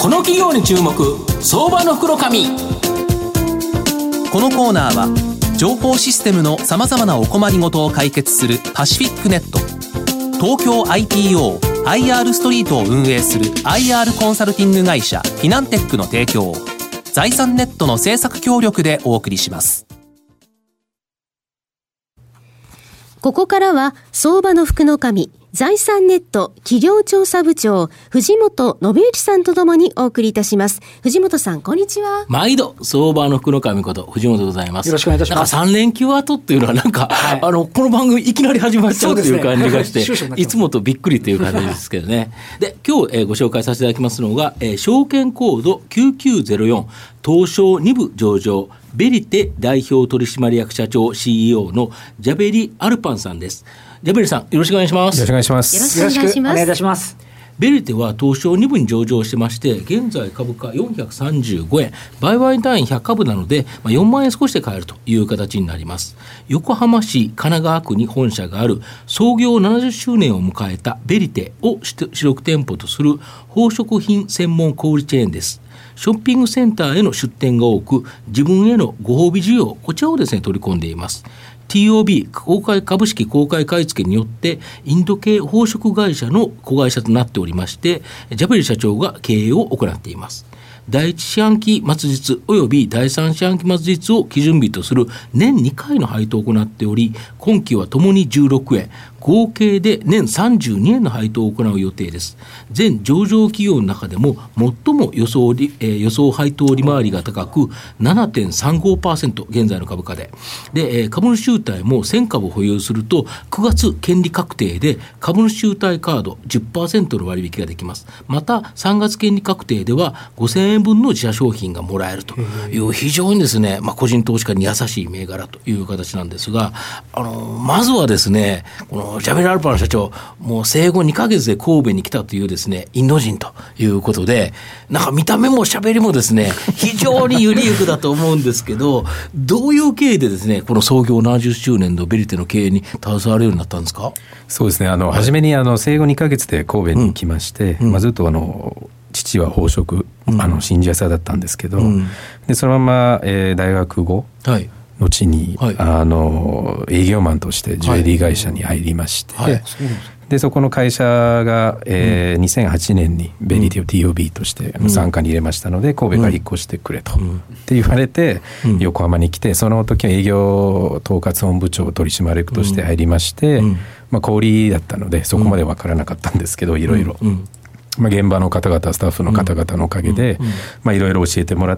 この企業に注目、相場の袋紙。 このコーナーは情報システムのさまざまなお困りごとを解決するパシフィックネット、東京 IPO、IR ストリートを運営する IR コンサルティング会社フィナンテックの提供を財産ネットの制作協力でお送りします。 ここからは相場の福の神、財産ネット企業調査部長藤本信之さんとともにお送りいたします。藤本さん、こんにちは。 毎度相場の福の神こと藤本でございます。 よろしくお願いいたします。 なんか3連休後っていうのはなんか、はい、この番組いきなり始まっちゃうという感じがして、いつもとびっくりという感じですけどね。で、今日、ご紹介させていただきますのが、証券コード9904東証2部上場ベリテ代表取締役社長 CEO のジャベリ・アルパンさんです。ジャベリさん、よろしくお願いします。 よろしくお願いします。 よろしくお願いします。 よろしくお願いいたします。 ベリテは東証2部に上場してまして、現在株価435円、売買単位100株なので、4万円少しで買えるという形になります。横浜市神奈川区に本社がある創業70周年を迎えたベリテを主力店舗とする宝飾品専門小売チェーンです。ショッピングセンターへの出店が多く、自分へのご褒美需要、こちらをですね取り込んでいます。TOB 株式公開買い付けによってインド系宝飾会社の子会社となっておりまして、ジャベリ社長が経営を行っています。第一四半期末日および第三四半期末日を基準日とする年2回の配当を行っており、今期はともに16円、合計で年32円の配当を行う予定です。全上場企業の中でも最も予想配当利回りが高く 7.35% 現在の株価で、株主優待も1000株保有すると9月権利確定で株主優待カード 10% の割引ができます。また3月権利確定では5000円分の自社商品がもらえるという非常にですね、個人投資家に優しい銘柄という形なんですが、まずはですね、このジャベリ・アルパン社長、もう生後2ヶ月で神戸に来たというですね、インド人ということで、なんか見た目も喋りもですね、非常にユニークだと思うんですけど、どういう経緯でですね、この創業70周年のベリテの経営に携わるようになったんですか？ そうですね、初めに生後2ヶ月で神戸に来まして、ずっと父は宝飾、真珠屋さんだったんですけど、でそのまま、大学後、後に、営業マンとしてジュエリー会社に入りまして、でそこの会社が、2008年にベリテを TOB として傘下に入れましたので、神戸から引っ越してくれと、って言われて、横浜に来て、その時は営業統括本部長取締役として入りまして、小売りだったのでそこまで分からなかったんですけど、いろいろ現場の方々、スタッフの方々のおかげでいろいろ教えてもらって、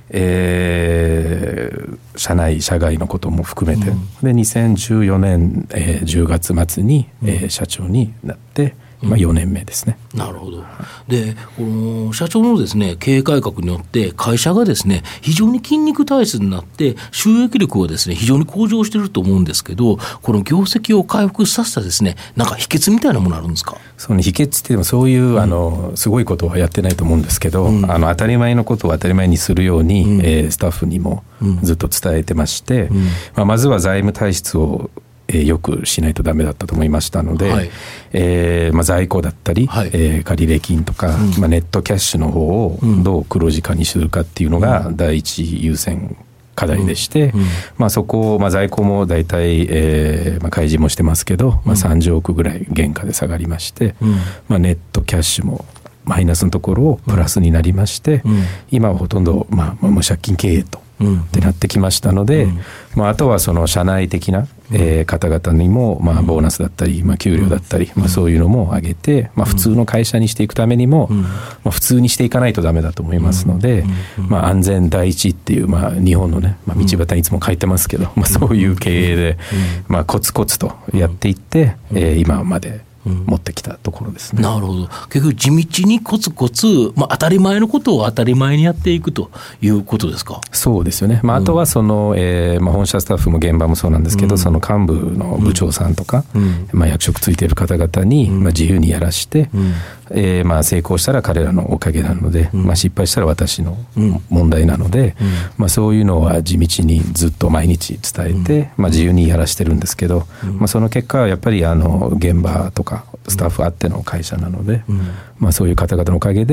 社外のことも含めて、で2014年、10月末に、社長になって4年目ですね。 なるほど。で、この社長のですね、経営改革によって会社がですね、非常に筋肉体質になって収益力はですね、非常に向上していると思うんですけど、この業績を回復させたですね、なんか秘訣みたいなものあるんですか？ その秘訣っていうのはそういうすごいことはやってないと思うんですけど、当たり前のことを当たり前にするように、スタッフにもずっと伝えてまして、まずは財務体質をよくしないとダメだったと思いましたので、在庫だったり、借入金とか、ネットキャッシュの方をどう黒字化にするかっていうのが第一優先課題でして、そこを、在庫も大体、開示もしてますけど、30億ぐらい原価で下がりまして、ネットキャッシュもマイナスのところをプラスになりまして、今はほとんど、無借金経営とってなってきましたので、あとはその社内的な、方々にも、ボーナスだったり、給料だったり、そういうのも上げて、普通の会社にしていくためにも、普通にしていかないとダメだと思いますので、安全第一っていう、日本のね、道端にいつも書いてますけど、そういう経営で、コツコツとやっていって、今まで持ってきたところですね。 なるほど。結局地道にコツコツ、当たり前のことを当たり前にやっていくということですか？ そうですよね。あとはその、本社スタッフも現場もそうなんですけど、その幹部の部長さんとか、役職ついている方々に、自由にやらして、成功したら彼らのおかげなので、失敗したら私の問題なので、そういうのは地道にずっと毎日伝えて、自由にやらしてるんですけど、その結果はやっぱり現場とかスタッフあっての会社なので、そういう方々のおかげで、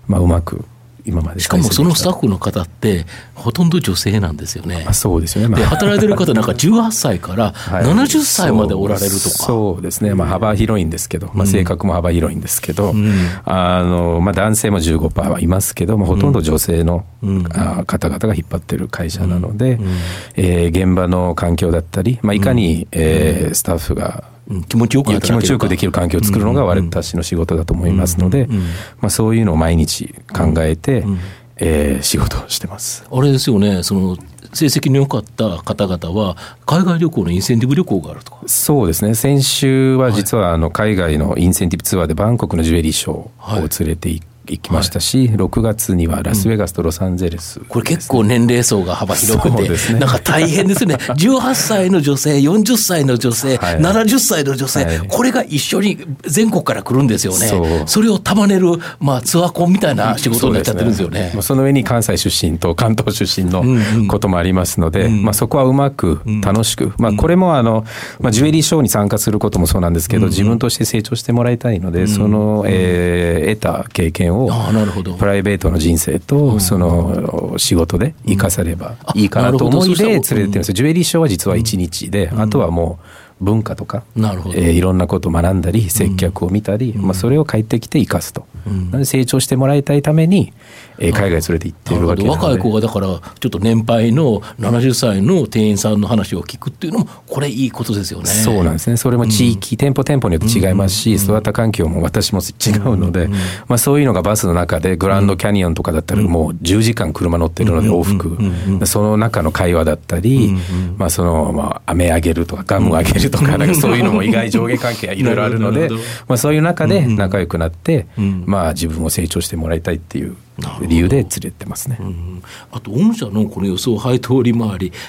うまく今まで。 しかもそのスタッフの方ってほとんど女性なんですよね。 そうですよね。 で働いてる方なんか18歳から70歳までおられるとか、 そうですね。幅広いんですけど、性格も幅広いんですけど、男性も 15% はいますけど、ほとんど女性の方々が引っ張ってる会社なので、現場の環境だったり、いかにスタッフが気持ちよくできる環境を作るのが私の仕事だと思いますので、そういうのを毎日考えて、仕事をしてます。 あれですよね、その成績の良かった方々は海外旅行のインセンティブ旅行があるとか。 そうですね。先週は実は海外のインセンティブツアーでバンコクのジュエリーショーを連れて行きましたし、6月にはラスベガスとロサンゼルス、 これ結構年齢層が幅広くて、なんか大変ですね。18歳の女性、40歳の女性、70歳の女性、これが一緒に全国から来るんですよね。それを束ねる、ツアーコンみたいな仕事になっちゃってるんですよね。 その上に関西出身と関東出身のこともありますので、そこはうまく楽しく、これもジュエリーショーに参加することもそうなんですけど、自分として成長してもらいたいので、その得た経験をプライベートの人生とその仕事で生かさればいいかなと思いで連れてってます。ジュエリーショーは実は1日で、あとはもう文化とか、いろんなことを学んだり接客を見たり、それを帰ってきて生かすと、なので成長してもらいたいために海外連れて行っているわけなので、 若い子がだからちょっと年配の70歳の店員さんの話を聞くっていうのもこれいいことですよね。 そうなんですね。それも地域、店舗によって違いますし、育った環境も私も違うので、そういうのがバスの中でグランドキャニオンとかだったらもう10時間車乗ってるので往復、その中の会話だったり、飴あげるとかガムあげるとか、なんかそういうのも意外上下関係いろいろあるので、そういう中で仲良くなって、自分を成長してもらいたいっていう理由で連れてってますね。 あと御社のこの予想配当利回り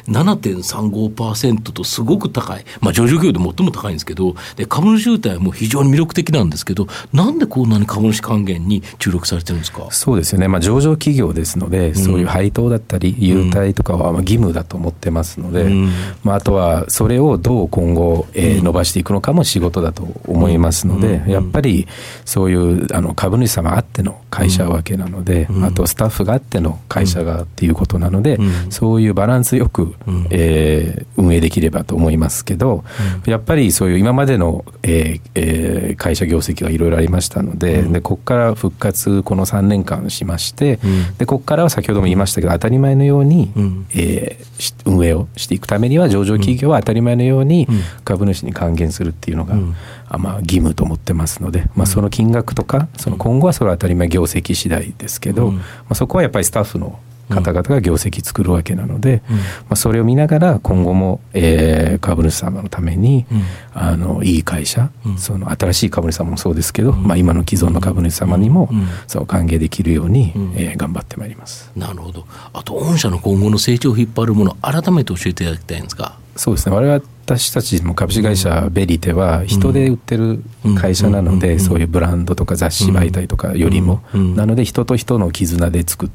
7.35% とすごく高い、上場企業で最も高いんですけど、で株主優待も非常に魅力的なんですけど、なんでこんなに株主還元に注力されてるんですか？ そうですよね。上場企業ですので、そういう配当だったり優待とかは義務だと思ってますので、あとはそれをどう今後伸ばしていくのかも仕事だと思いますので、やっぱりそういう株主様あっての会社わけなので、あとスタッフがあっての会社がっていうことなので、そういうバランスよく、運営できればと思いますけど、やっぱりそういう今までの、会社業績がいろいろありましたので、ここから復活この3年間しまして、でここからは先ほども言いましたけど当たり前のように、運営をしていくためには上場企業は当たり前のように株主に還元するっていうのが、義務と思ってますので、その金額とかその今後はそれは当たり前業績次第ですけど、そこはやっぱりスタッフの方々が業績作るわけなので、それを見ながら今後も、株主様のために、いい会社、その新しい株主様もそうですけど、今の既存の株主様にも、そう歓迎できるように、頑張ってまいります。 なるほど。あと御社の今後の成長を引っ張るもの、改めて教えていただきたいんですか？ そうですね。私たちも株式会社ベリテは人で売ってる会社なので、そういうブランドとか雑誌媒体とかよりも、なので人と人の絆で作った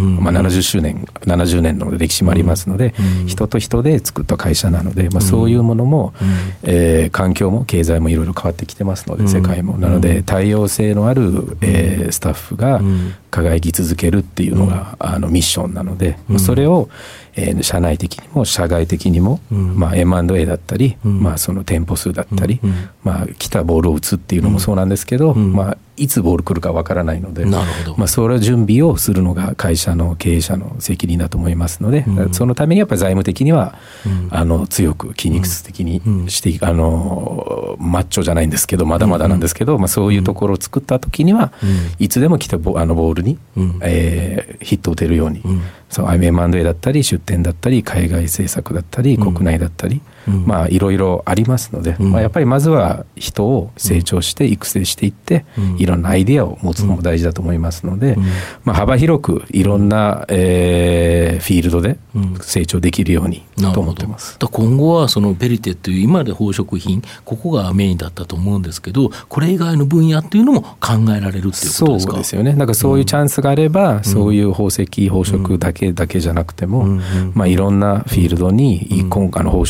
、70年の歴史もありますので、人と人で作った会社なので、そういうものも、環境も経済もいろいろ変わってきてますので、世界もなので多様性のある、スタッフが輝き続けるっていうのが、ミッションなので、それを社内的にも社外的にも、M&A だったり、その店舗数だったり、来たボールを打つっていうのもそうなんですけど、いつボール来るかわからないので、それは準備をするのが会社の経営者の責任だと思いますので、そのためにやっぱり財務的には、強く筋肉質的にして、マッチョじゃないんですけどまだまだなんですけど、そういうところを作った時には、いつでも来たボールに、ヒットを打てるように、M&A だったり出店だったり海外政策だったり国内だったり、いろいろありますので、やっぱりまずは人を成長して育成していって、いろんなアイデアを持つのも大事だと思いますので、幅広くいろんな、フィールドで成長できるようにと思ってます。 今後はそのベリテという今まで宝飾品、ここがメインだったと思うんですけど、これ以外の分野っていうのも考えられるっていうことですか？ そうですよね。なんかそういうチャンスがあれば、そういう宝石宝飾だけじゃなくても、いろんなフィールドに宝飾の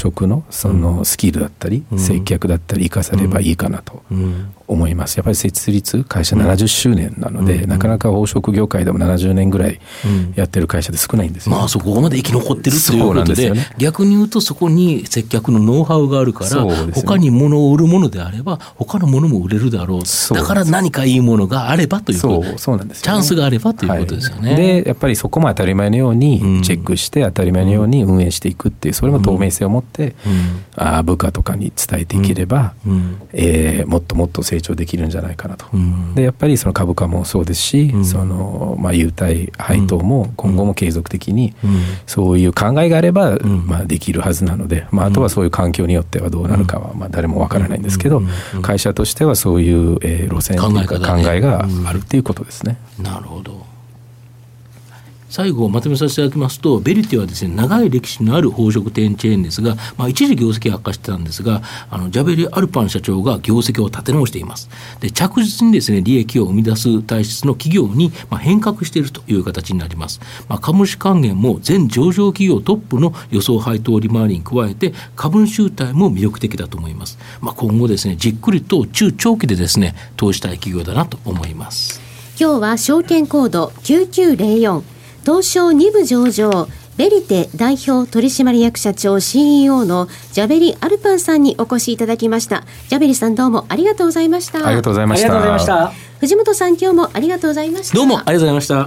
そのスキルだったり、接客だったり生かさればいいかなと思います。やっぱり設立会社70周年なので、なかなか宝飾業界でも70年ぐらいやってる会社で少ないんですよ。 まあそこまで生き残ってるということで、逆に言うとそこに接客のノウハウがあるから、他に物を売るものであれば他のものも売れるだろう。だから何かいいものがあればということで、 そうなんですよね、 チャンスがあればということですよね。 でやっぱりそこも当たり前のようにチェックして当たり前のように運営していくっていう、それも透明性を持って、部下とかに伝えていければ、もっともっと成長できるんじゃないかなと。でやっぱりその株価もそうですし、その優待配当も今後も継続的にそういう考えがあれば、できるはずなので、あとはそういう環境によってはどうなるかは誰もわからないんですけど、会社としてはそういう、路線というか考えがあるっていうことですね。 なるほど。最後まとめさせていただきますと、ベルテはですね、長い歴史のある宝飾店チェーンですが、一時業績悪化してたんですが、ジャベリ・アルパン社長が業績を立て直しています。で着実にですね、利益を生み出す体質の企業に変革しているという形になります。株主還元も全上場企業トップの予想配当利回りに加えて株主優待も魅力的だと思います。今後ですね、じっくりと中長期でですね、投資したい企業だなと思います。 今日は証券コード9904東証2部上場ベリテ代表取締役社長 CEO のジャベリ・アルパンさんにお越しいただきました。ジャベリさん、どうもありがとうございました。 ありがとうございました。 藤本さん、今日もありがとうございました。 どうもありがとうございました。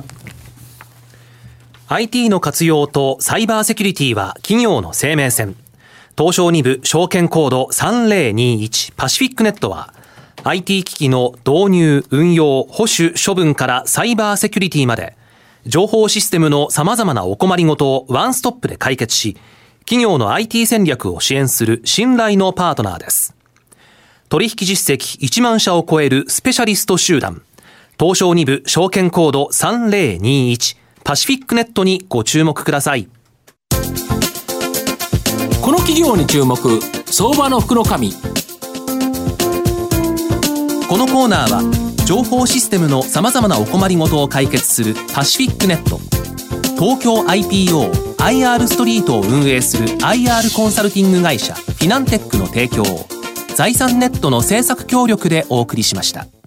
IT の活用とサイバーセキュリティは企業の生命線。東証2部証券コード3021パシフィックネットは IT 機器の導入、運用、保守、処分からサイバーセキュリティまで情報システムの様々なお困りごとをワンストップで解決し、企業の IT 戦略を支援する信頼のパートナーです。取引実績1万社を超えるスペシャリスト集団、東証2部証券コード3021パシフィックネットにご注目ください。 この企業に注目、相場の福の神。 このコーナーは情報システムのさまざまなお困りごとを解決するパシフィックネット、東京 IPO、IR ストリートを運営する IR コンサルティング会社フィナンテックの提供を財産ネットの制作協力でお送りしました。